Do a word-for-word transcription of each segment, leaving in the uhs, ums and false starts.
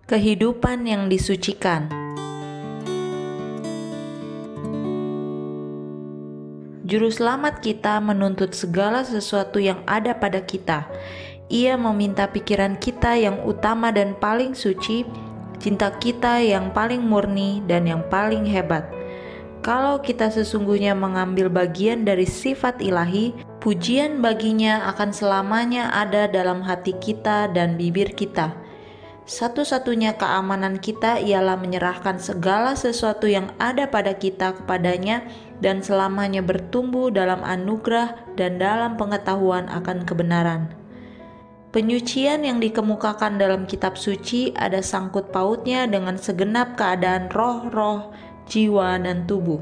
Kehidupan yang disucikan. Juru selamat kita menuntut segala sesuatu yang ada pada kita. Ia meminta pikiran kita yang utama dan paling suci, cinta kita yang paling murni dan yang paling hebat. Kalau kita sesungguhnya mengambil bagian dari sifat ilahi, pujian baginya akan selamanya ada dalam hati kita dan bibir kita. Satu-satunya keamanan kita ialah menyerahkan segala sesuatu yang ada pada kita kepadanya dan selamanya bertumbuh dalam anugerah dan dalam pengetahuan akan kebenaran. Penyucian yang dikemukakan dalam kitab suci ada sangkut pautnya dengan segenap keadaan roh-roh, jiwa, dan tubuh.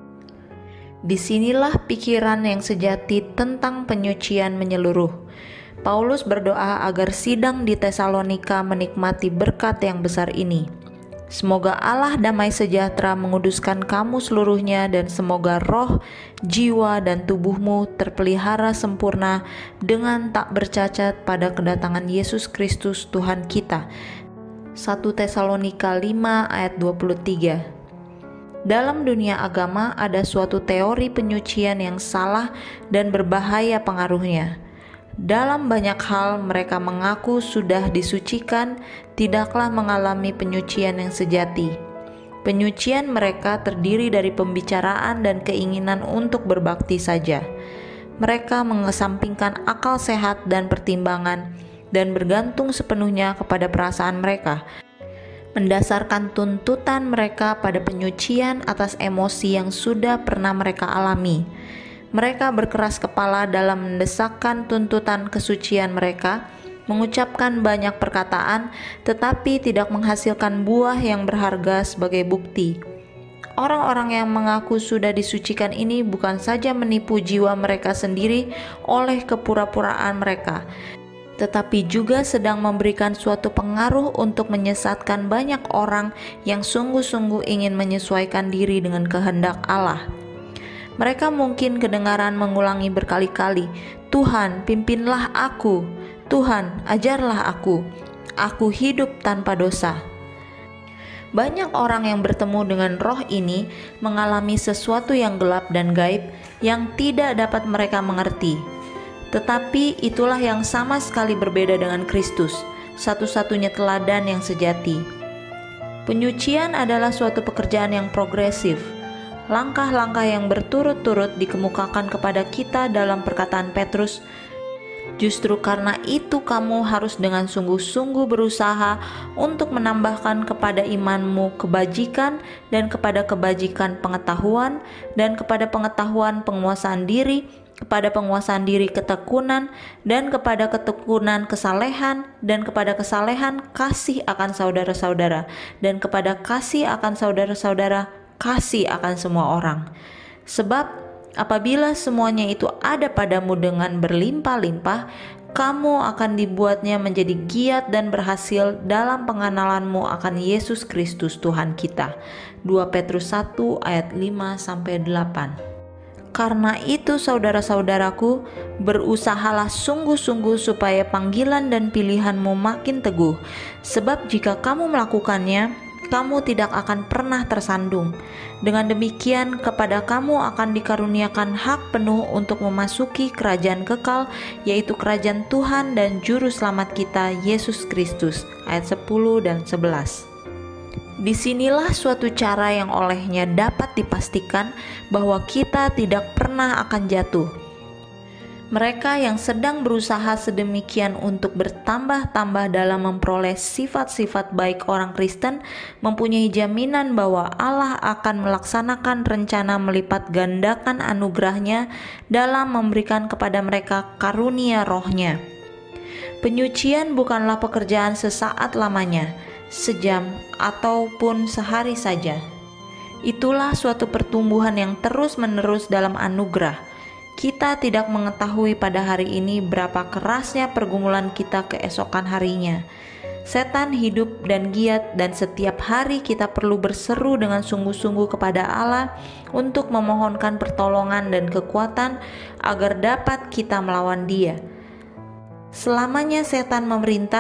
Disinilah pikiran yang sejati tentang penyucian menyeluruh. Paulus berdoa agar sidang di Tesalonika menikmati berkat yang besar ini. Semoga Allah damai sejahtera menguduskan kamu seluruhnya, dan semoga roh, jiwa, dan tubuhmu terpelihara sempurna dengan tak bercacat pada kedatangan Yesus Kristus Tuhan kita. satu Tesalonika lima ayat dua puluh tiga. Dalam dunia agama ada suatu teori penyucian yang salah dan berbahaya pengaruhnya. Dalam banyak hal mereka mengaku sudah disucikan, tidaklah mengalami penyucian yang sejati. Penyucian mereka terdiri dari pembicaraan dan keinginan untuk berbakti saja. Mereka mengesampingkan akal sehat dan pertimbangan dan bergantung sepenuhnya kepada perasaan mereka, mendasarkan tuntutan mereka pada penyucian atas emosi yang sudah pernah mereka alami. Mereka berkeras kepala dalam mendesakkan tuntutan kesucian mereka, mengucapkan banyak perkataan, tetapi tidak menghasilkan buah yang berharga sebagai bukti. Orang-orang yang mengaku sudah disucikan ini bukan saja menipu jiwa mereka sendiri oleh kepura-puraan mereka, tetapi juga sedang memberikan suatu pengaruh untuk menyesatkan banyak orang yang sungguh-sungguh ingin menyesuaikan diri dengan kehendak Allah. Mereka mungkin kedengaran mengulangi berkali-kali, "Tuhan, pimpinlah aku. Tuhan, ajarlah aku. Aku hidup tanpa dosa." Banyak orang yang bertemu dengan roh ini mengalami sesuatu yang gelap dan gaib yang tidak dapat mereka mengerti. Tetapi itulah yang sama sekali berbeda dengan Kristus, satu-satunya teladan yang sejati. Penyucian adalah suatu pekerjaan yang progresif. Langkah-langkah yang berturut-turut dikemukakan kepada kita dalam perkataan Petrus, "Justru karena itu kamu harus dengan sungguh-sungguh berusaha untuk menambahkan kepada imanmu kebajikan, dan kepada kebajikan pengetahuan, dan kepada pengetahuan penguasaan diri, kepada penguasaan diri ketekunan, dan kepada ketekunan kesalehan, dan kepada kesalehan kasih akan saudara-saudara, dan kepada kasih akan saudara-saudara kasih akan semua orang. Sebab apabila semuanya itu ada padamu dengan berlimpah-limpah, kamu akan dibuatnya menjadi giat dan berhasil dalam pengenalanmu akan Yesus Kristus Tuhan kita." dua Petrus satu ayat lima sampai delapan. Karena itu saudara-saudaraku, berusahalah sungguh-sungguh supaya panggilan dan pilihanmu makin teguh, sebab jika kamu melakukannya, kamu tidak akan pernah tersandung. Dengan demikian, kepada kamu akan dikaruniakan hak penuh untuk memasuki kerajaan kekal, yaitu kerajaan Tuhan dan Juru Selamat kita, Yesus Kristus. Ayat sepuluh dan sebelas. Disinilah suatu cara yang olehnya dapat dipastikan bahwa kita tidak pernah akan jatuh. Mereka yang sedang berusaha sedemikian untuk bertambah-tambah dalam memperoleh sifat-sifat baik orang Kristen mempunyai jaminan bahwa Allah akan melaksanakan rencana melipat gandakan anugerahnya dalam memberikan kepada mereka karunia rohnya. Penyucian bukanlah pekerjaan sesaat lamanya, sejam, ataupun sehari saja. Itulah suatu pertumbuhan yang terus-menerus dalam anugerah. Kita tidak mengetahui pada hari ini berapa kerasnya pergumulan kita keesokan harinya. Setan hidup dan giat, dan setiap hari kita perlu berseru dengan sungguh-sungguh kepada Allah untuk memohonkan pertolongan dan kekuatan agar dapat kita melawan Dia. Selamanya setan memerintah,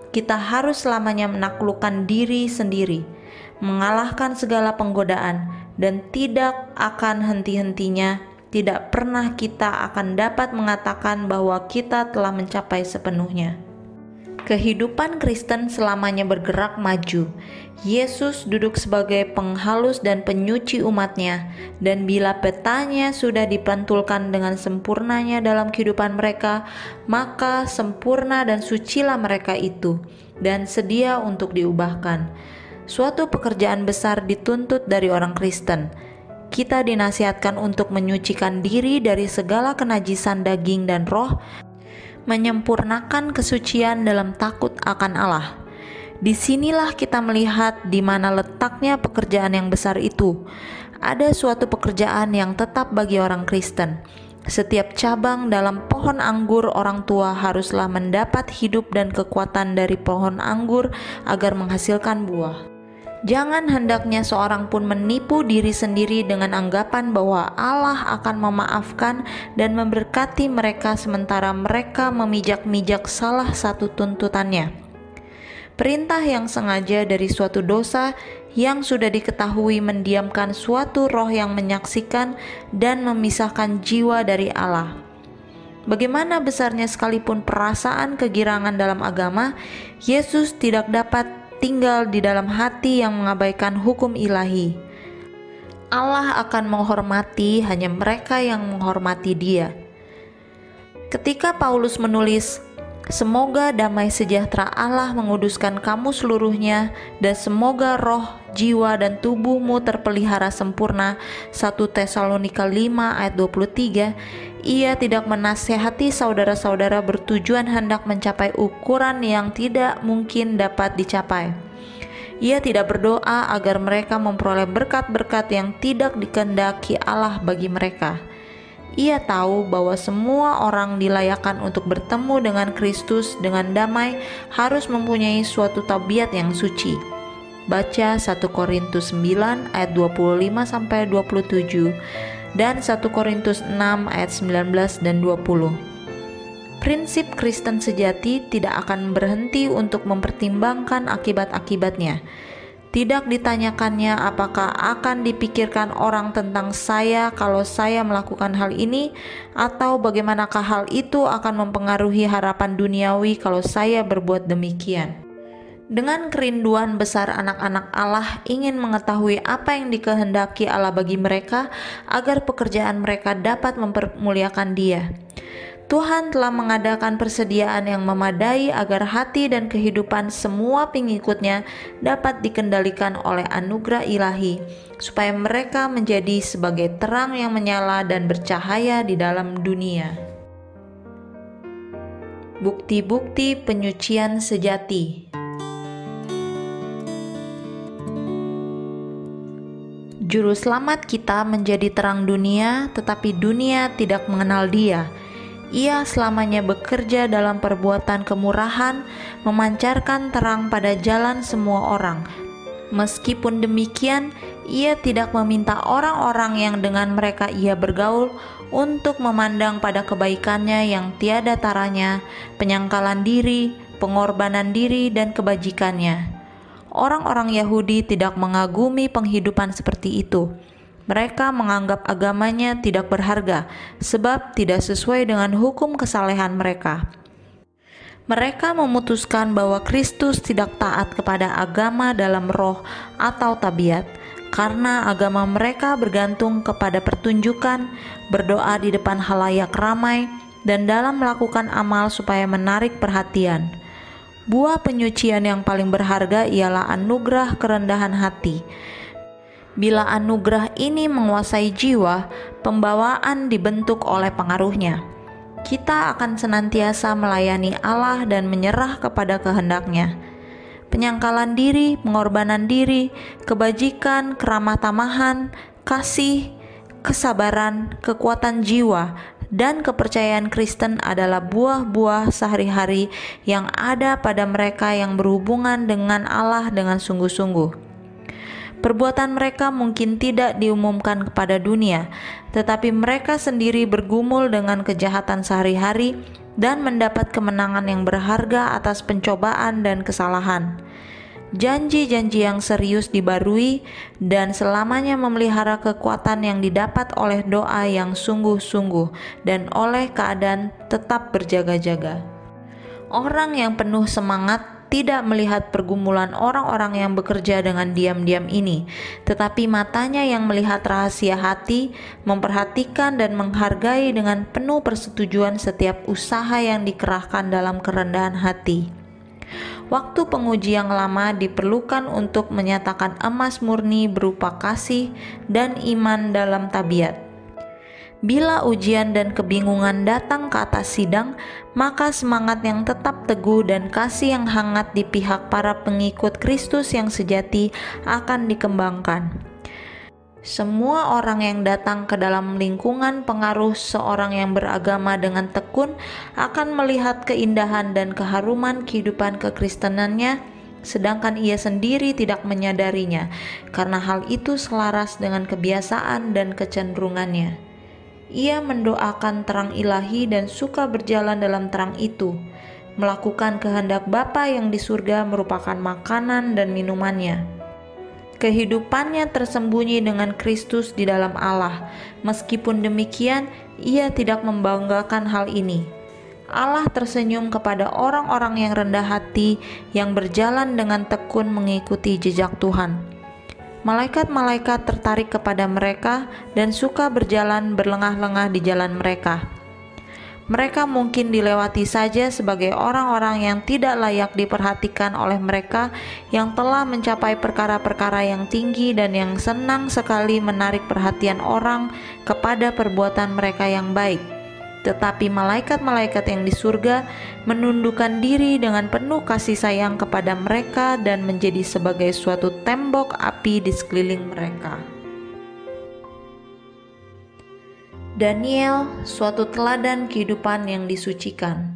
kita harus selamanya menaklukkan diri sendiri, mengalahkan segala penggodaan, dan tidak akan henti-hentinya, tidak pernah kita akan dapat mengatakan bahwa kita telah mencapai sepenuhnya. Kehidupan Kristen selamanya bergerak maju. Yesus duduk sebagai penghalus dan penyuci umatnya, dan bila petanya sudah dipantulkan dengan sempurnanya dalam kehidupan mereka, maka sempurna dan sucilah mereka itu, dan sedia untuk diubahkan. Suatu pekerjaan besar dituntut dari orang Kristen. Kita dinasihatkan untuk menyucikan diri dari segala kenajisan daging dan roh, menyempurnakan kesucian dalam takut akan Allah. Disinilah kita melihat di mana letaknya pekerjaan yang besar itu. Ada suatu pekerjaan yang tetap bagi orang Kristen. Setiap cabang dalam pohon anggur orang tua haruslah mendapat hidup dan kekuatan dari pohon anggur agar menghasilkan buah. Jangan hendaknya seorang pun menipu diri sendiri dengan anggapan bahwa Allah akan memaafkan dan memberkati mereka sementara mereka memijak-mijak salah satu tuntutannya. Perintah yang sengaja dari suatu dosa yang sudah diketahui mendiamkan suatu roh yang menyaksikan dan memisahkan jiwa dari Allah. Bagaimana besarnya sekalipun perasaan kegirangan dalam agama, Yesus tidak dapat tinggal di dalam hati yang mengabaikan hukum ilahi. Allah akan menghormati hanya mereka yang menghormati Dia. Ketika Paulus menulis, "Semoga damai sejahtera Allah menguduskan kamu seluruhnya, dan semoga roh, jiwa, dan tubuhmu terpelihara sempurna," satu Tesalonika lima ayat dua puluh tiga, ia tidak menasehati saudara-saudara bertujuan hendak mencapai ukuran yang tidak mungkin dapat dicapai. Ia tidak berdoa agar mereka memperoleh berkat-berkat yang tidak dikehendaki Allah bagi mereka. Ia tahu bahwa semua orang dilayakkan untuk bertemu dengan Kristus dengan damai harus mempunyai suatu tabiat yang suci. Baca satu Korintus sembilan ayat dua puluh lima sampai dua puluh tujuh dan satu Korintus enam ayat sembilan belas dan dua puluh. Prinsip Kristen sejati tidak akan berhenti untuk mempertimbangkan akibat-akibatnya. Tidak ditanyakannya apakah akan dipikirkan orang tentang saya kalau saya melakukan hal ini, atau bagaimanakah hal itu akan mempengaruhi harapan duniawi kalau saya berbuat demikian. Dengan kerinduan besar anak-anak Allah ingin mengetahui apa yang dikehendaki Allah bagi mereka agar pekerjaan mereka dapat mempermuliakan Dia. Tuhan telah mengadakan persediaan yang memadai agar hati dan kehidupan semua pengikutnya dapat dikendalikan oleh anugerah ilahi, supaya mereka menjadi sebagai terang yang menyala dan bercahaya di dalam dunia. Bukti-bukti penyucian sejati. Juru selamat kita menjadi terang dunia, tetapi dunia tidak mengenal Dia. Ia selamanya bekerja dalam perbuatan kemurahan, memancarkan terang pada jalan semua orang. Meskipun demikian, Ia tidak meminta orang-orang yang dengan mereka Ia bergaul untuk memandang pada kebaikannya yang tiada taranya, penyangkalan diri, pengorbanan diri, dan kebajikannya. Orang-orang Yahudi tidak mengagumi penghidupan seperti itu. Mereka menganggap agamanya tidak berharga, sebab tidak sesuai dengan hukum kesalehan mereka. Mereka memutuskan bahwa Kristus tidak taat kepada agama dalam roh atau tabiat, karena agama mereka bergantung kepada pertunjukan, berdoa di depan halayak ramai, dan dalam melakukan amal supaya menarik perhatian. Buah penyucian yang paling berharga ialah anugerah kerendahan hati. Bila anugerah ini menguasai jiwa, pembawaan dibentuk oleh pengaruhnya. Kita akan senantiasa melayani Allah dan menyerah kepada kehendak-Nya. Penyangkalan diri, pengorbanan diri, kebajikan, keramah tamahan, kasih, kesabaran, kekuatan jiwa, dan kepercayaan Kristen adalah buah-buah sehari-hari yang ada pada mereka yang berhubungan dengan Allah dengan sungguh-sungguh. Perbuatan mereka mungkin tidak diumumkan kepada dunia, tetapi mereka sendiri bergumul dengan kejahatan sehari-hari dan mendapat kemenangan yang berharga atas pencobaan dan kesalahan. Janji-janji yang serius dibarui dan selamanya memelihara kekuatan yang didapat oleh doa yang sungguh-sungguh dan oleh keadaan tetap berjaga-jaga. Orang yang penuh semangat tidak melihat pergumulan orang-orang yang bekerja dengan diam-diam ini, tetapi matanya yang melihat rahasia hati, memperhatikan dan menghargai dengan penuh persetujuan setiap usaha yang dikerahkan dalam kerendahan hati. Waktu penguji yang lama diperlukan untuk menyatakan emas murni berupa kasih dan iman dalam tabiat. Bila ujian dan kebingungan datang ke atas sidang, maka semangat yang tetap teguh dan kasih yang hangat di pihak para pengikut Kristus yang sejati akan dikembangkan. Semua orang yang datang ke dalam lingkungan pengaruh seorang yang beragama dengan tekun akan melihat keindahan dan keharuman kehidupan kekristenannya, sedangkan ia sendiri tidak menyadarinya, karena hal itu selaras dengan kebiasaan dan kecenderungannya. Ia mendoakan terang ilahi dan suka berjalan dalam terang itu. Melakukan kehendak Bapa yang di surga merupakan makanan dan minumannya. Kehidupannya tersembunyi dengan Kristus di dalam Allah. Meskipun demikian, ia tidak membanggakan hal ini. Allah tersenyum kepada orang-orang yang rendah hati, yang berjalan dengan tekun mengikuti jejak Tuhan. Malaikat-malaikat tertarik kepada mereka dan suka berjalan berlengah-lengah di jalan mereka. Mereka mungkin dilewati saja sebagai orang-orang yang tidak layak diperhatikan oleh mereka yang telah mencapai perkara-perkara yang tinggi dan yang senang sekali menarik perhatian orang kepada perbuatan mereka yang baik. Tetapi malaikat-malaikat yang di surga menundukkan diri dengan penuh kasih sayang kepada mereka dan menjadi sebagai suatu tembok api di sekeliling mereka. Daniel, suatu teladan kehidupan yang disucikan.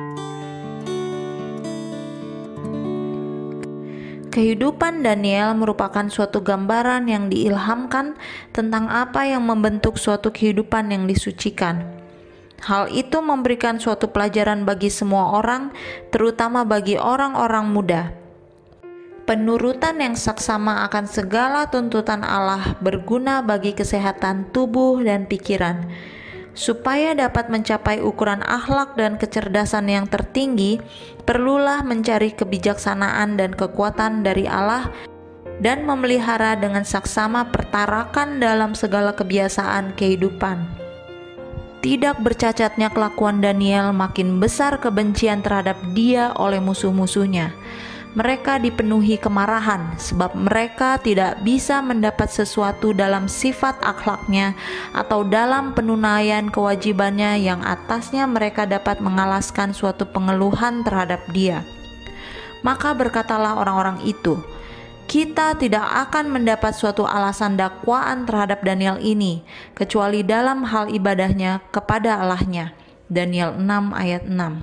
Kehidupan Daniel merupakan suatu gambaran yang diilhamkan tentang apa yang membentuk suatu kehidupan yang disucikan. Hal itu memberikan suatu pelajaran bagi semua orang, terutama bagi orang-orang muda. Penurutan yang saksama akan segala tuntutan Allah berguna bagi kesehatan tubuh dan pikiran. Supaya dapat mencapai ukuran akhlak dan kecerdasan yang tertinggi, perlulah mencari kebijaksanaan dan kekuatan dari Allah dan memelihara dengan saksama pertarakan dalam segala kebiasaan kehidupan. Tidak bercacatnya kelakuan Daniel, makin besar kebencian terhadap dia oleh musuh-musuhnya. Mereka dipenuhi kemarahan sebab mereka tidak bisa mendapat sesuatu dalam sifat akhlaknya atau dalam penunaian kewajibannya yang atasnya mereka dapat mengalaskan suatu pengeluhan terhadap dia. Maka berkatalah orang-orang itu, kita tidak akan mendapat suatu alasan dakwaan terhadap Daniel ini, kecuali dalam hal ibadahnya kepada Allahnya. Daniel enam ayat enam.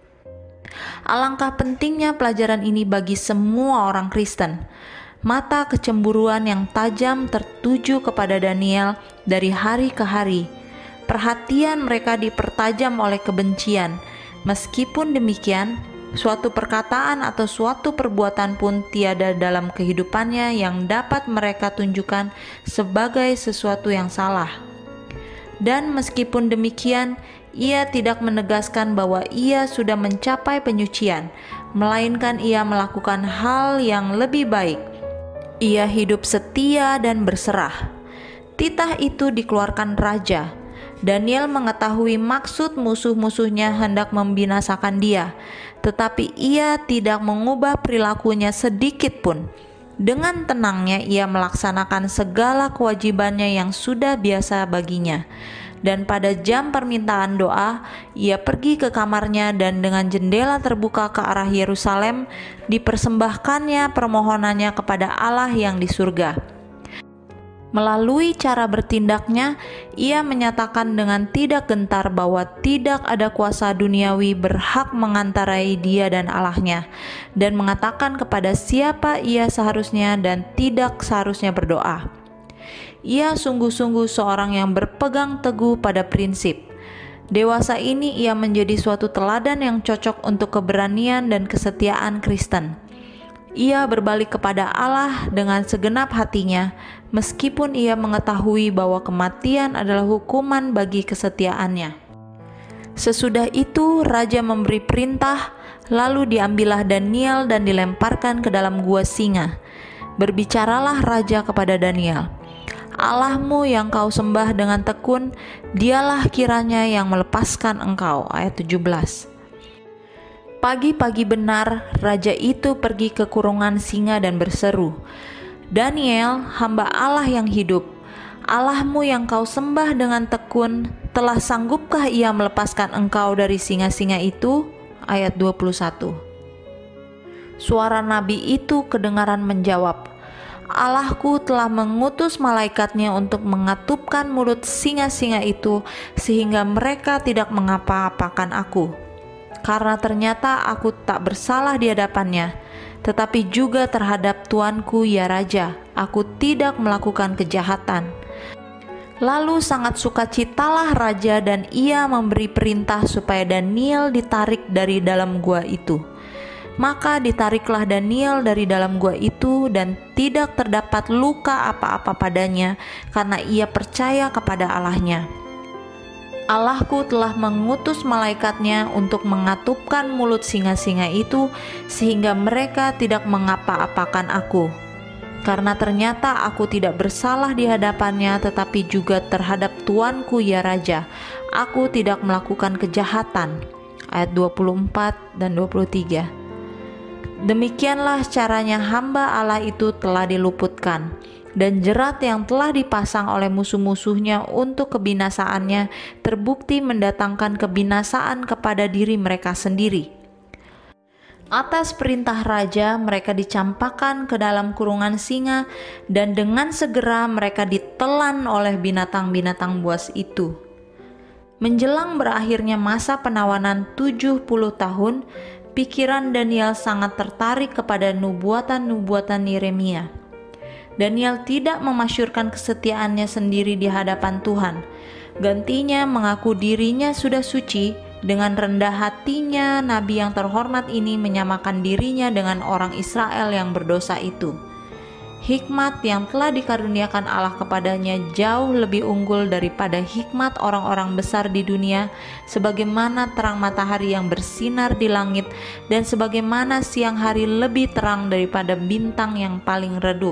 Alangkah pentingnya pelajaran ini bagi semua orang Kristen. Mata kecemburuan yang tajam tertuju kepada Daniel dari hari ke hari. Perhatian mereka dipertajam oleh kebencian. Meskipun demikian, suatu perkataan atau suatu perbuatan pun tiada dalam kehidupannya yang dapat mereka tunjukkan sebagai sesuatu yang salah. Dan meskipun demikian, ia tidak menegaskan bahwa ia sudah mencapai penyucian, melainkan ia melakukan hal yang lebih baik. Ia hidup setia dan berserah. Titah itu dikeluarkan raja. Daniel mengetahui maksud musuh-musuhnya hendak membinasakan dia, tetapi ia tidak mengubah perilakunya sedikit pun. Dengan tenangnya ia melaksanakan segala kewajibannya yang sudah biasa baginya. Dan pada jam permintaan doa, ia pergi ke kamarnya dan dengan jendela terbuka ke arah Yerusalem, dipersembahkannya permohonannya kepada Allah yang di surga. Melalui cara bertindaknya, ia menyatakan dengan tidak gentar bahwa tidak ada kuasa duniawi berhak mengantarai dia dan Allahnya, dan mengatakan kepada siapa ia seharusnya dan tidak seharusnya berdoa. Ia sungguh-sungguh seorang yang berpegang teguh pada prinsip. Dewasa ini ia menjadi suatu teladan yang cocok untuk keberanian dan kesetiaan Kristen. Ia berbalik kepada Allah dengan segenap hatinya, meskipun ia mengetahui bahwa kematian adalah hukuman bagi kesetiaannya. Sesudah itu raja memberi perintah, lalu diambillah Daniel dan dilemparkan ke dalam gua singa. Berbicaralah raja kepada Daniel, Allahmu yang kau sembah dengan tekun, dialah kiranya yang melepaskan engkau. Ayat tujuh belas. Pagi-pagi benar raja itu pergi ke kurungan singa dan berseru, Daniel, hamba Allah yang hidup, Allahmu yang kau sembah dengan tekun, telah sanggupkah ia melepaskan engkau dari singa-singa itu? Ayat dua puluh satu. Suara nabi itu kedengaran menjawab, Allahku telah mengutus malaikatnya untuk mengatupkan mulut singa-singa itu sehingga mereka tidak mengapa-apakan aku. Karena ternyata aku tak bersalah di hadapannya, tetapi juga terhadap tuanku ya raja, aku tidak melakukan kejahatan. Lalu sangat sukacitalah raja dan ia memberi perintah supaya Daniel ditarik dari dalam gua itu. Maka ditariklah Daniel dari dalam gua itu dan tidak terdapat luka apa-apa padanya karena ia percaya kepada Allahnya. Allahku telah mengutus malaikatnya untuk mengatupkan mulut singa-singa itu sehingga mereka tidak mengapa-apakan aku. Karena ternyata aku tidak bersalah di hadapannya tetapi juga terhadap tuanku ya raja, aku tidak melakukan kejahatan. Ayat dua puluh empat dan dua puluh tiga. Demikianlah caranya hamba Allah itu telah diluputkan, dan jerat yang telah dipasang oleh musuh-musuhnya untuk kebinasaannya terbukti mendatangkan kebinasaan kepada diri mereka sendiri. Atas perintah raja mereka dicampakkan ke dalam kurungan singa, dan dengan segera mereka ditelan oleh binatang-binatang buas itu. Menjelang berakhirnya masa penawanan tujuh puluh tahun, pikiran Daniel sangat tertarik kepada nubuatan-nubuatan Yeremia. Daniel tidak memasyurkan kesetiaannya sendiri di hadapan Tuhan. Gantinya mengaku dirinya sudah suci. Dengan rendah hatinya, nabi yang terhormat ini menyamakan dirinya dengan orang Israel yang berdosa itu. Hikmat yang telah dikaruniakan Allah kepadanya jauh lebih unggul daripada hikmat orang-orang besar di dunia, sebagaimana terang matahari yang bersinar di langit, dan sebagaimana siang hari lebih terang daripada bintang yang paling redup.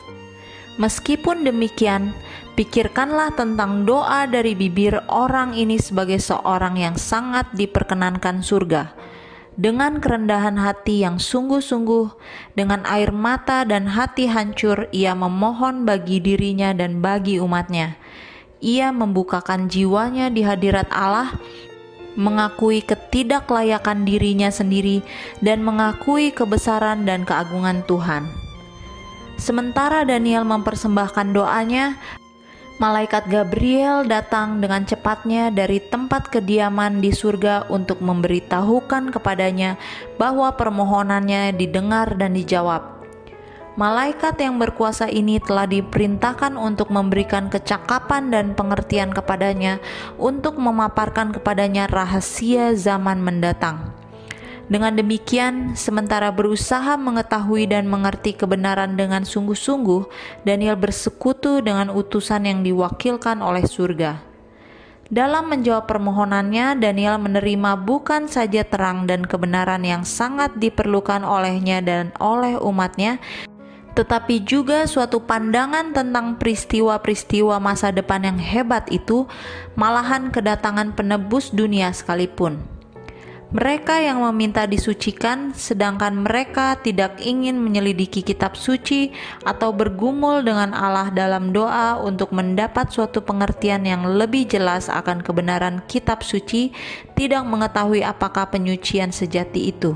Meskipun demikian, pikirkanlah tentang doa dari bibir orang ini sebagai seorang yang sangat diperkenankan surga. Dengan kerendahan hati yang sungguh-sungguh, dengan air mata dan hati hancur, ia memohon bagi dirinya dan bagi umatnya. Ia membukakan jiwanya di hadirat Allah, mengakui ketidaklayakan dirinya sendiri, dan mengakui kebesaran dan keagungan Tuhan. Sementara Daniel mempersembahkan doanya, malaikat Gabriel datang dengan cepatnya dari tempat kediaman di surga untuk memberitahukan kepadanya bahwa permohonannya didengar dan dijawab. Malaikat yang berkuasa ini telah diperintahkan untuk memberikan kecakapan dan pengertian kepadanya, untuk memaparkan kepadanya rahasia zaman mendatang. Dengan demikian, sementara berusaha mengetahui dan mengerti kebenaran dengan sungguh-sungguh, Daniel bersekutu dengan utusan yang diwakilkan oleh surga. Dalam menjawab permohonannya, Daniel menerima bukan saja terang dan kebenaran yang sangat diperlukan olehnya dan oleh umatnya, tetapi juga suatu pandangan tentang peristiwa-peristiwa masa depan yang hebat itu, malahan kedatangan penebus dunia sekalipun. Mereka yang meminta disucikan, sedangkan mereka tidak ingin menyelidiki kitab suci atau bergumul dengan Allah dalam doa untuk mendapat suatu pengertian yang lebih jelas akan kebenaran kitab suci, tidak mengetahui apakah penyucian sejati itu.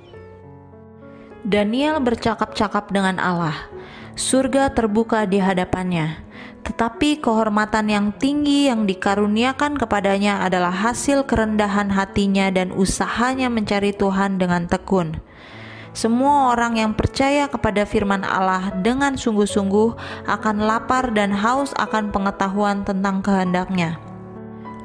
Daniel bercakap-cakap dengan Allah. Surga terbuka di hadapannya. Tetapi kehormatan yang tinggi yang dikaruniakan kepadanya adalah hasil kerendahan hatinya dan usahanya mencari Tuhan dengan tekun. Semua orang yang percaya kepada firman Allah dengan sungguh-sungguh akan lapar dan haus akan pengetahuan tentang kehendaknya.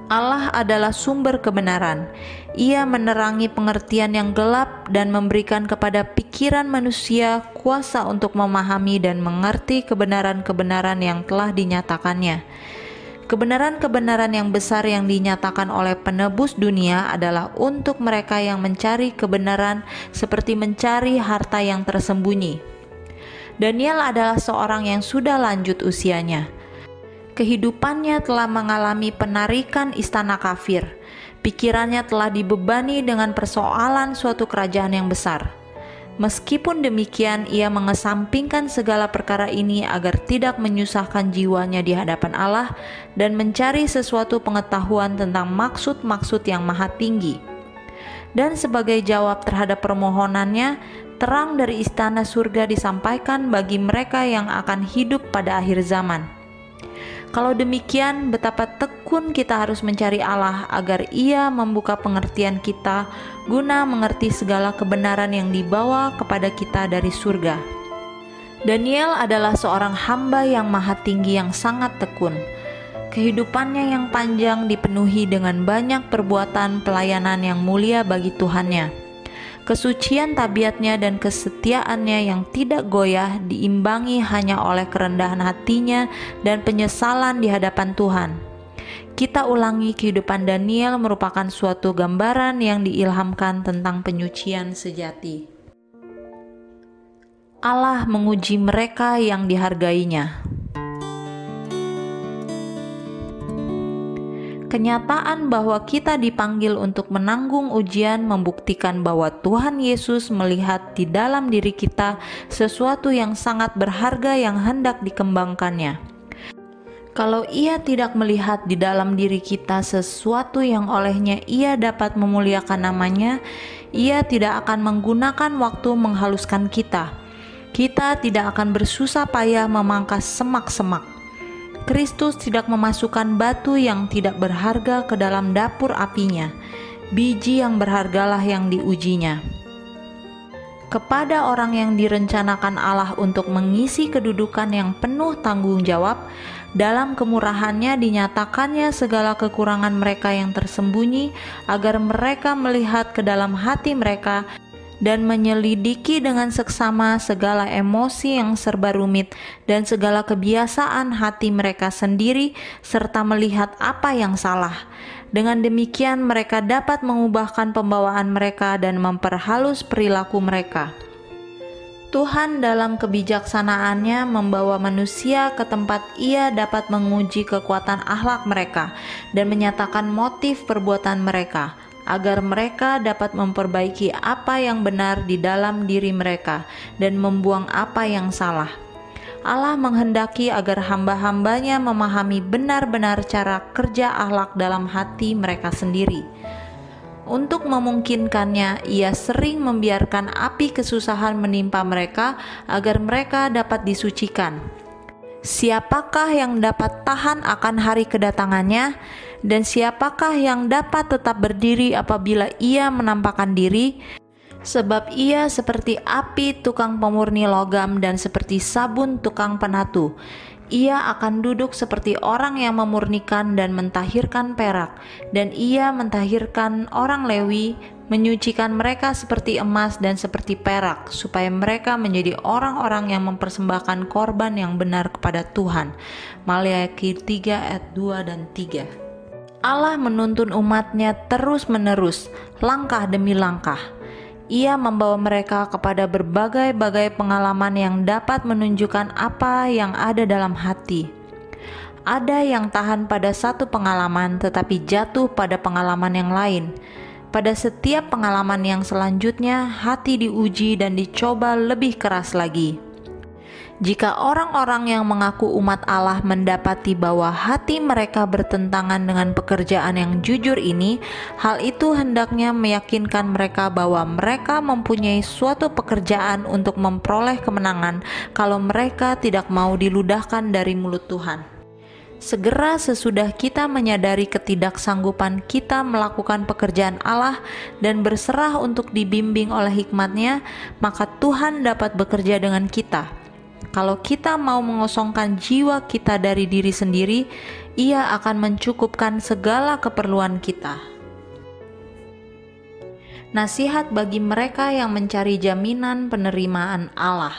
Allah adalah sumber kebenaran. Ia menerangi pengertian yang gelap dan memberikan kepada pikiran manusia kuasa untuk memahami dan mengerti kebenaran-kebenaran yang telah dinyatakannya. Kebenaran-kebenaran yang besar yang dinyatakan oleh penebus dunia adalah untuk mereka yang mencari kebenaran seperti mencari harta yang tersembunyi. Daniel adalah seorang yang sudah lanjut usianya. Kehidupannya telah mengalami penarikan istana kafir. Pikirannya telah dibebani dengan persoalan suatu kerajaan yang besar. Meskipun demikian, ia mengesampingkan segala perkara ini agar tidak menyusahkan jiwanya di hadapan Allah dan mencari sesuatu pengetahuan tentang maksud-maksud yang maha tinggi. Dan sebagai jawab terhadap permohonannya, terang dari istana surga disampaikan bagi mereka yang akan hidup pada akhir zaman. Kalau demikian, betapa tekun kita harus mencari Allah agar Ia membuka pengertian kita guna mengerti segala kebenaran yang dibawa kepada kita dari surga. Daniel adalah seorang hamba yang maha tinggi yang sangat tekun. Kehidupannya yang panjang dipenuhi dengan banyak perbuatan pelayanan yang mulia bagi Tuhannya. Kesucian tabiatnya dan kesetiaannya yang tidak goyah diimbangi hanya oleh kerendahan hatinya dan penyesalan di hadapan Tuhan. Kita ulangi, kehidupan Daniel merupakan suatu gambaran yang diilhamkan tentang penyucian sejati. Allah menguji mereka yang dihargainya. Kenyataan bahwa kita dipanggil untuk menanggung ujian membuktikan bahwa Tuhan Yesus melihat di dalam diri kita sesuatu yang sangat berharga yang hendak dikembangkannya. Kalau Ia tidak melihat di dalam diri kita sesuatu yang olehnya Ia dapat memuliakan namanya, Ia tidak akan menggunakan waktu menghaluskan kita. Kita tidak akan bersusah payah memangkas semak-semak. Kristus tidak memasukkan batu yang tidak berharga ke dalam dapur apinya. Biji yang berhargalah yang diujinya. Kepada orang yang direncanakan Allah untuk mengisi kedudukan yang penuh tanggung jawab, dalam kemurahannya dinyatakannya segala kekurangan mereka yang tersembunyi, agar mereka melihat ke dalam hati mereka dan menyelidiki dengan seksama segala emosi yang serba rumit dan segala kebiasaan hati mereka sendiri, serta melihat apa yang salah. Dengan demikian mereka dapat mengubahkan pembawaan mereka dan memperhalus perilaku mereka. Tuhan dalam kebijaksanaannya membawa manusia ke tempat Ia dapat menguji kekuatan akhlak mereka dan menyatakan motif perbuatan mereka, agar mereka dapat memperbaiki apa yang benar di dalam diri mereka dan membuang apa yang salah. Allah menghendaki agar hamba-hambanya memahami benar-benar cara kerja akhlak dalam hati mereka sendiri. Untuk memungkinkannya, Ia sering membiarkan api kesusahan menimpa mereka agar mereka dapat disucikan. Siapakah yang dapat tahan akan hari kedatangannya? Dan siapakah yang dapat tetap berdiri apabila Ia menampakkan diri? Sebab Ia seperti api tukang pemurni logam dan seperti sabun tukang penatu. Ia akan duduk seperti orang yang memurnikan dan mentahirkan perak, dan Ia mentahirkan orang Lewi, menyucikan mereka seperti emas dan seperti perak, supaya mereka menjadi orang-orang yang mempersembahkan korban yang benar kepada Tuhan. Maleakhi tiga ayat dua dan tiga. Allah menuntun umatnya terus-menerus, langkah demi langkah. Ia membawa mereka kepada berbagai-bagai pengalaman yang dapat menunjukkan apa yang ada dalam hati. Ada yang tahan pada satu pengalaman tetapi jatuh pada pengalaman yang lain. Pada setiap pengalaman yang selanjutnya, hati diuji dan dicoba lebih keras lagi. Jika orang-orang yang mengaku umat Allah mendapati bahwa hati mereka bertentangan dengan pekerjaan yang jujur ini, hal itu hendaknya meyakinkan mereka bahwa mereka mempunyai suatu pekerjaan untuk memperoleh kemenangan kalau mereka tidak mau diludahkan dari mulut Tuhan. Segera sesudah kita menyadari ketidaksanggupan kita melakukan pekerjaan Allah dan berserah untuk dibimbing oleh hikmat-Nya, maka Tuhan dapat bekerja dengan kita. Kalau kita mau mengosongkan jiwa kita dari diri sendiri, Ia akan mencukupkan segala keperluan kita. Nasihat bagi mereka yang mencari jaminan penerimaan Allah.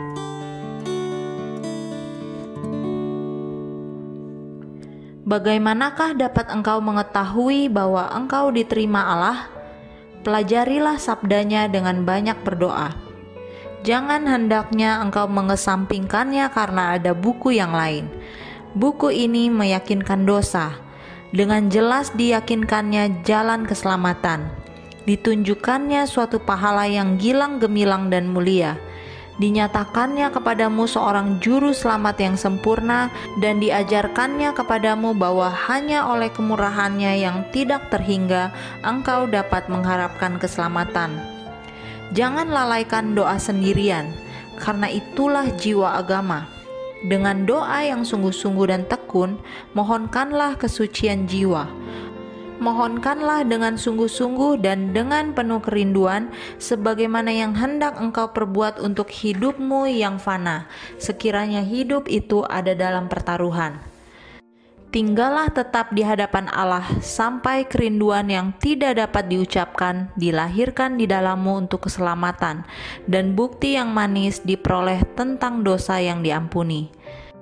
Bagaimanakah dapat engkau mengetahui bahwa engkau diterima Allah? Pelajarilah sabdanya dengan banyak berdoa. Jangan hendaknya engkau mengesampingkannya karena ada buku yang lain. Buku ini meyakinkan dosa. Dengan jelas diyakinkannya jalan keselamatan. Ditunjukkannya suatu pahala yang gilang gemilang dan mulia. Dinyatakannya kepadamu seorang juru selamat yang sempurna, dan diajarkannya kepadamu bahwa hanya oleh kemurahannya yang tidak terhingga engkau dapat mengharapkan keselamatan. Jangan lalaikan doa sendirian, karena itulah jiwa agama. Dengan doa yang sungguh-sungguh dan tekun, mohonkanlah kesucian jiwa. Mohonkanlah dengan sungguh-sungguh dan dengan penuh kerinduan, sebagaimana yang hendak engkau perbuat untuk hidupmu yang fana, sekiranya hidup itu ada dalam pertaruhan. Tinggallah tetap di hadapan Allah sampai kerinduan yang tidak dapat diucapkan dilahirkan di dalammu untuk keselamatan, dan bukti yang manis diperoleh tentang dosa yang diampuni.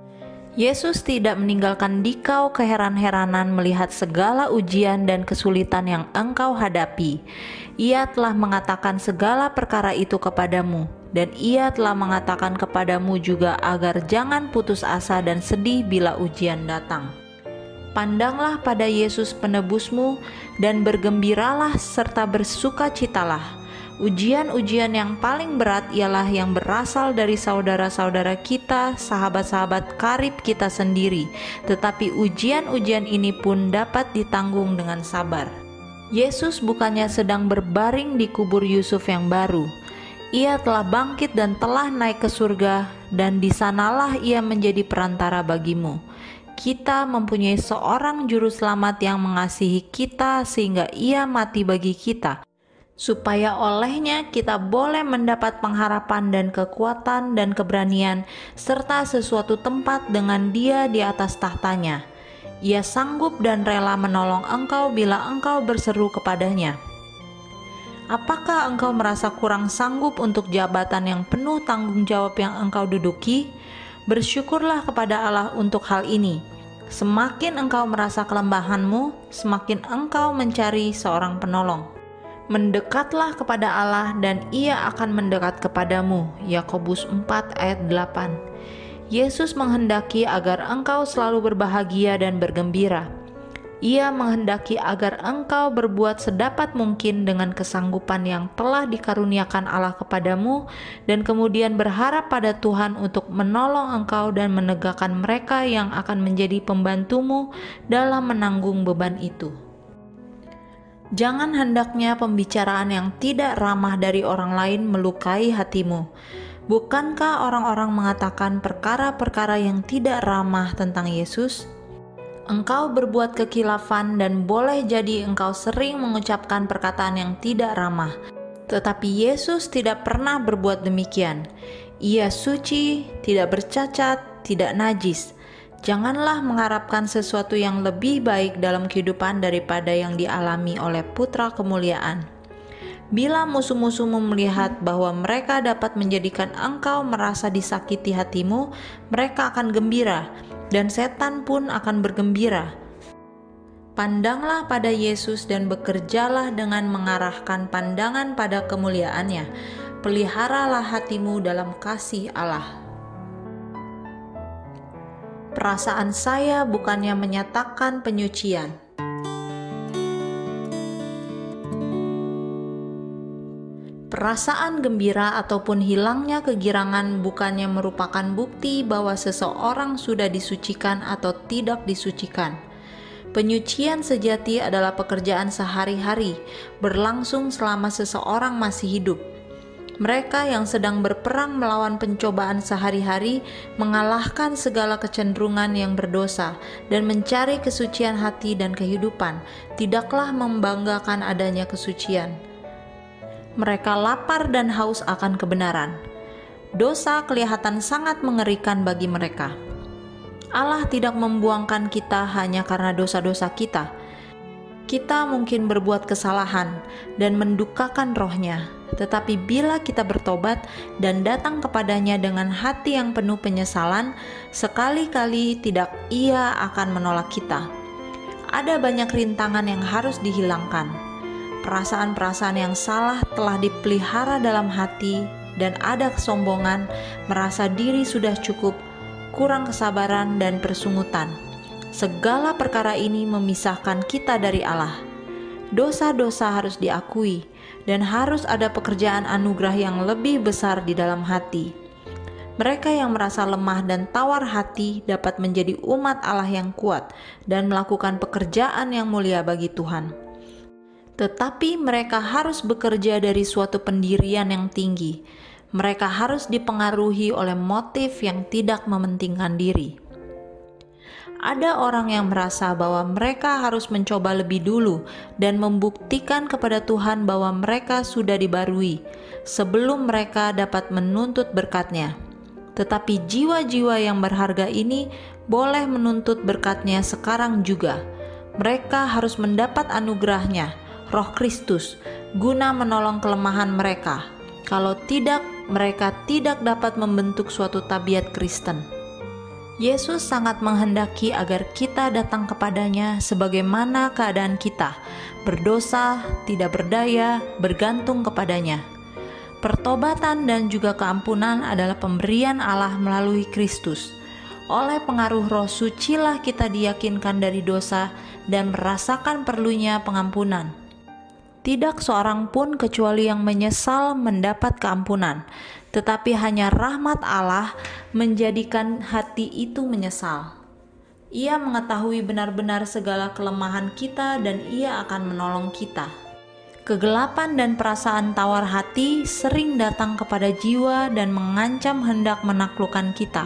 Yesus tidak meninggalkan dikau keheran-heranan melihat segala ujian dan kesulitan yang engkau hadapi. Ia telah mengatakan segala perkara itu kepadamu, dan Ia telah mengatakan kepadamu juga agar jangan putus asa dan sedih bila ujian datang. Pandanglah pada Yesus penebusmu dan bergembiralah serta bersukacitalah. Ujian-ujian yang paling berat ialah yang berasal dari saudara-saudara kita, sahabat-sahabat karib kita sendiri. Tetapi ujian-ujian ini pun dapat ditanggung dengan sabar. Yesus bukannya sedang berbaring di kubur Yusuf yang baru. Ia telah bangkit dan telah naik ke surga, dan di sanalah Ia menjadi perantara bagimu. Kita mempunyai seorang juru selamat yang mengasihi kita sehingga Ia mati bagi kita, supaya olehnya kita boleh mendapat pengharapan dan kekuatan dan keberanian, serta sesuatu tempat dengan Dia di atas tahtanya. Ia sanggup dan rela menolong engkau bila engkau berseru kepadanya. Apakah engkau merasa kurang sanggup untuk jabatan yang penuh tanggung jawab yang engkau duduki? Bersyukurlah kepada Allah untuk hal ini. Semakin engkau merasa kelembahanmu, semakin engkau mencari seorang penolong. Mendekatlah kepada Allah dan Ia akan mendekat kepadamu. Yakobus empat ayat delapan. Yesus menghendaki agar engkau selalu berbahagia dan bergembira. Ia menghendaki agar engkau berbuat sedapat mungkin dengan kesanggupan yang telah dikaruniakan Allah kepadamu, dan kemudian berharap pada Tuhan untuk menolong engkau dan menegakkan mereka yang akan menjadi pembantumu dalam menanggung beban itu. Jangan hendaknya pembicaraan yang tidak ramah dari orang lain melukai hatimu. Bukankah orang-orang mengatakan perkara-perkara yang tidak ramah tentang Yesus? Engkau berbuat kekilafan dan boleh jadi engkau sering mengucapkan perkataan yang tidak ramah. Tetapi Yesus tidak pernah berbuat demikian. Ia suci, tidak bercacat, tidak najis. Janganlah mengharapkan sesuatu yang lebih baik dalam kehidupan daripada yang dialami oleh Putra Kemuliaan. Bila musuh-musuhmu melihat bahwa mereka dapat menjadikan engkau merasa disakiti hatimu, mereka akan gembira, dan setan pun akan bergembira. Pandanglah pada Yesus dan bekerjalah dengan mengarahkan pandangan pada kemuliaannya. Peliharalah hatimu dalam kasih Allah. Perasaan saya bukannya menyatakan penyucian. Perasaan gembira ataupun hilangnya kegirangan bukannya merupakan bukti bahwa seseorang sudah disucikan atau tidak disucikan. Penyucian sejati adalah pekerjaan sehari-hari, berlangsung selama seseorang masih hidup. Mereka yang sedang berperang melawan pencobaan sehari-hari mengalahkan segala kecenderungan yang berdosa dan mencari kesucian hati dan kehidupan, tidaklah membanggakan adanya kesucian. Mereka lapar dan haus akan kebenaran. dosa kelihatan sangat mengerikan bagi mereka. Allah tidak membuangkan kita hanya karena dosa-dosa kita. Kita mungkin berbuat kesalahan dan mendukakan rohnya, tetapi bila kita bertobat dan datang kepadanya dengan hati yang penuh penyesalan, sekali-kali tidak Ia akan menolak kita. Ada banyak rintangan yang harus dihilangkan. Perasaan-perasaan yang salah telah dipelihara dalam hati, dan ada kesombongan, merasa diri sudah cukup, kurang kesabaran dan persungutan. Segala perkara ini memisahkan kita dari Allah. Dosa-dosa harus diakui, dan harus ada pekerjaan anugerah yang lebih besar di dalam hati. Mereka yang merasa lemah dan tawar hati dapat menjadi umat Allah yang kuat dan melakukan pekerjaan yang mulia bagi Tuhan. Tetapi mereka harus bekerja dari suatu pendirian yang tinggi. Mereka harus dipengaruhi oleh motif yang tidak mementingkan diri. Ada orang yang merasa bahwa mereka harus mencoba lebih dulu dan membuktikan kepada Tuhan bahwa mereka sudah dibarui sebelum mereka dapat menuntut berkat-Nya. Tetapi jiwa-jiwa yang berharga ini boleh menuntut berkat-Nya sekarang juga. Mereka harus mendapat anugerah-Nya, Roh Kristus, guna menolong kelemahan mereka. Kalau tidak, mereka tidak dapat membentuk suatu tabiat Kristen. Yesus sangat menghendaki agar kita datang kepadanya sebagaimana keadaan kita, berdosa, tidak berdaya, bergantung kepadanya. Pertobatan dan juga keampunan adalah pemberian Allah melalui Kristus. Oleh pengaruh Roh Sucilah kita diyakinkan dari dosa dan merasakan perlunya pengampunan. Tidak seorang pun kecuali yang menyesal mendapat keampunan, tetapi hanya rahmat Allah menjadikan hati itu menyesal. Ia mengetahui benar-benar segala kelemahan kita dan Ia akan menolong kita. Kegelapan dan perasaan tawar hati sering datang kepada jiwa dan mengancam hendak menaklukkan kita.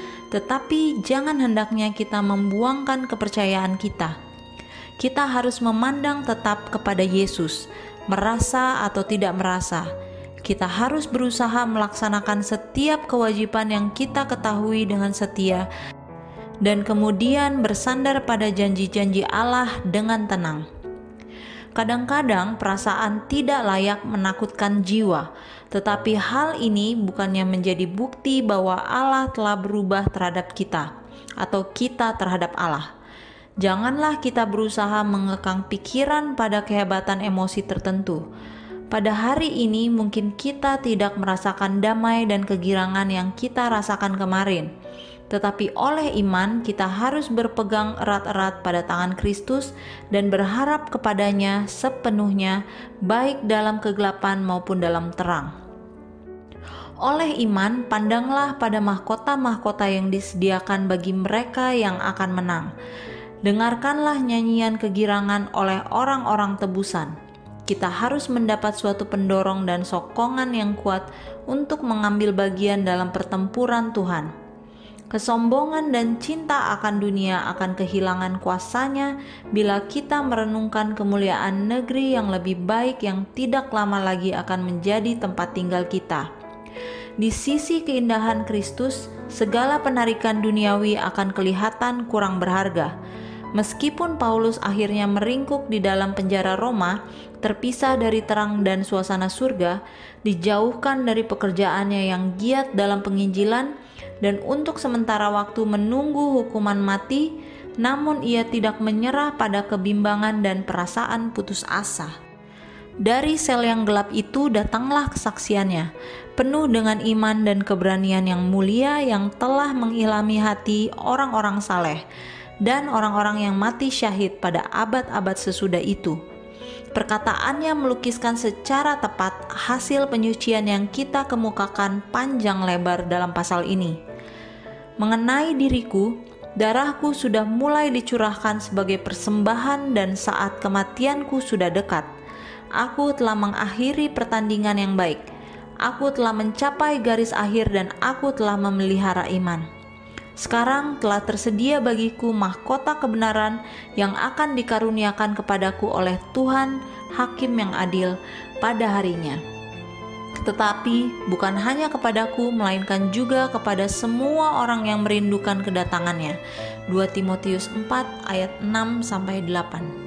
Tetapi jangan hendaknya kita membuangkan kepercayaan kita. Kita harus memandang tetap kepada Yesus, merasa atau tidak merasa. Kita harus berusaha melaksanakan setiap kewajiban yang kita ketahui dengan setia, dan kemudian bersandar pada janji-janji Allah dengan tenang. Kadang-kadang perasaan tidak layak menakutkan jiwa, tetapi hal ini bukannya menjadi bukti bahwa Allah telah berubah terhadap kita, atau kita terhadap Allah. Janganlah kita berusaha mengekang pikiran pada kehebatan emosi tertentu. Pada hari ini mungkin kita tidak merasakan damai dan kegirangan yang kita rasakan kemarin. Tetapi oleh iman kita harus berpegang erat-erat pada tangan Kristus dan berharap kepadanya sepenuhnya, baik dalam kegelapan maupun dalam terang. Oleh iman, pandanglah pada mahkota-mahkota yang disediakan bagi mereka yang akan menang. Dengarkanlah nyanyian kegirangan oleh orang-orang tebusan. Kita harus mendapat suatu pendorong dan sokongan yang kuat untuk mengambil bagian dalam pertempuran Tuhan. Kesombongan dan cinta akan dunia akan kehilangan kuasanya bila kita merenungkan kemuliaan negeri yang lebih baik yang tidak lama lagi akan menjadi tempat tinggal kita. Di sisi keindahan Kristus, segala penarikan duniawi akan kelihatan kurang berharga. Meskipun Paulus akhirnya meringkuk di dalam penjara Roma, terpisah dari terang dan suasana surga, dijauhkan dari pekerjaannya yang giat dalam penginjilan, dan untuk sementara waktu menunggu hukuman mati, namun ia tidak menyerah pada kebimbangan dan perasaan putus asa. Dari sel yang gelap itu datanglah kesaksiannya, penuh dengan iman dan keberanian yang mulia yang telah mengilhami hati orang-orang saleh dan orang-orang yang mati syahid pada abad-abad sesudah itu. Perkataannya melukiskan secara tepat hasil penyucian yang kita kemukakan panjang lebar dalam pasal ini. Mengenai diriku, darahku sudah mulai dicurahkan sebagai persembahan dan saat kematianku sudah dekat. Aku telah mengakhiri pertandingan yang baik. Aku telah mencapai garis akhir dan aku telah memelihara iman. Sekarang telah tersedia bagiku mahkota kebenaran yang akan dikaruniakan kepadaku oleh Tuhan, Hakim yang adil, pada harinya. tetapi bukan hanya kepadaku, melainkan juga kepada semua orang yang merindukan kedatangannya. dua Timotius empat ayat enam sampai delapan.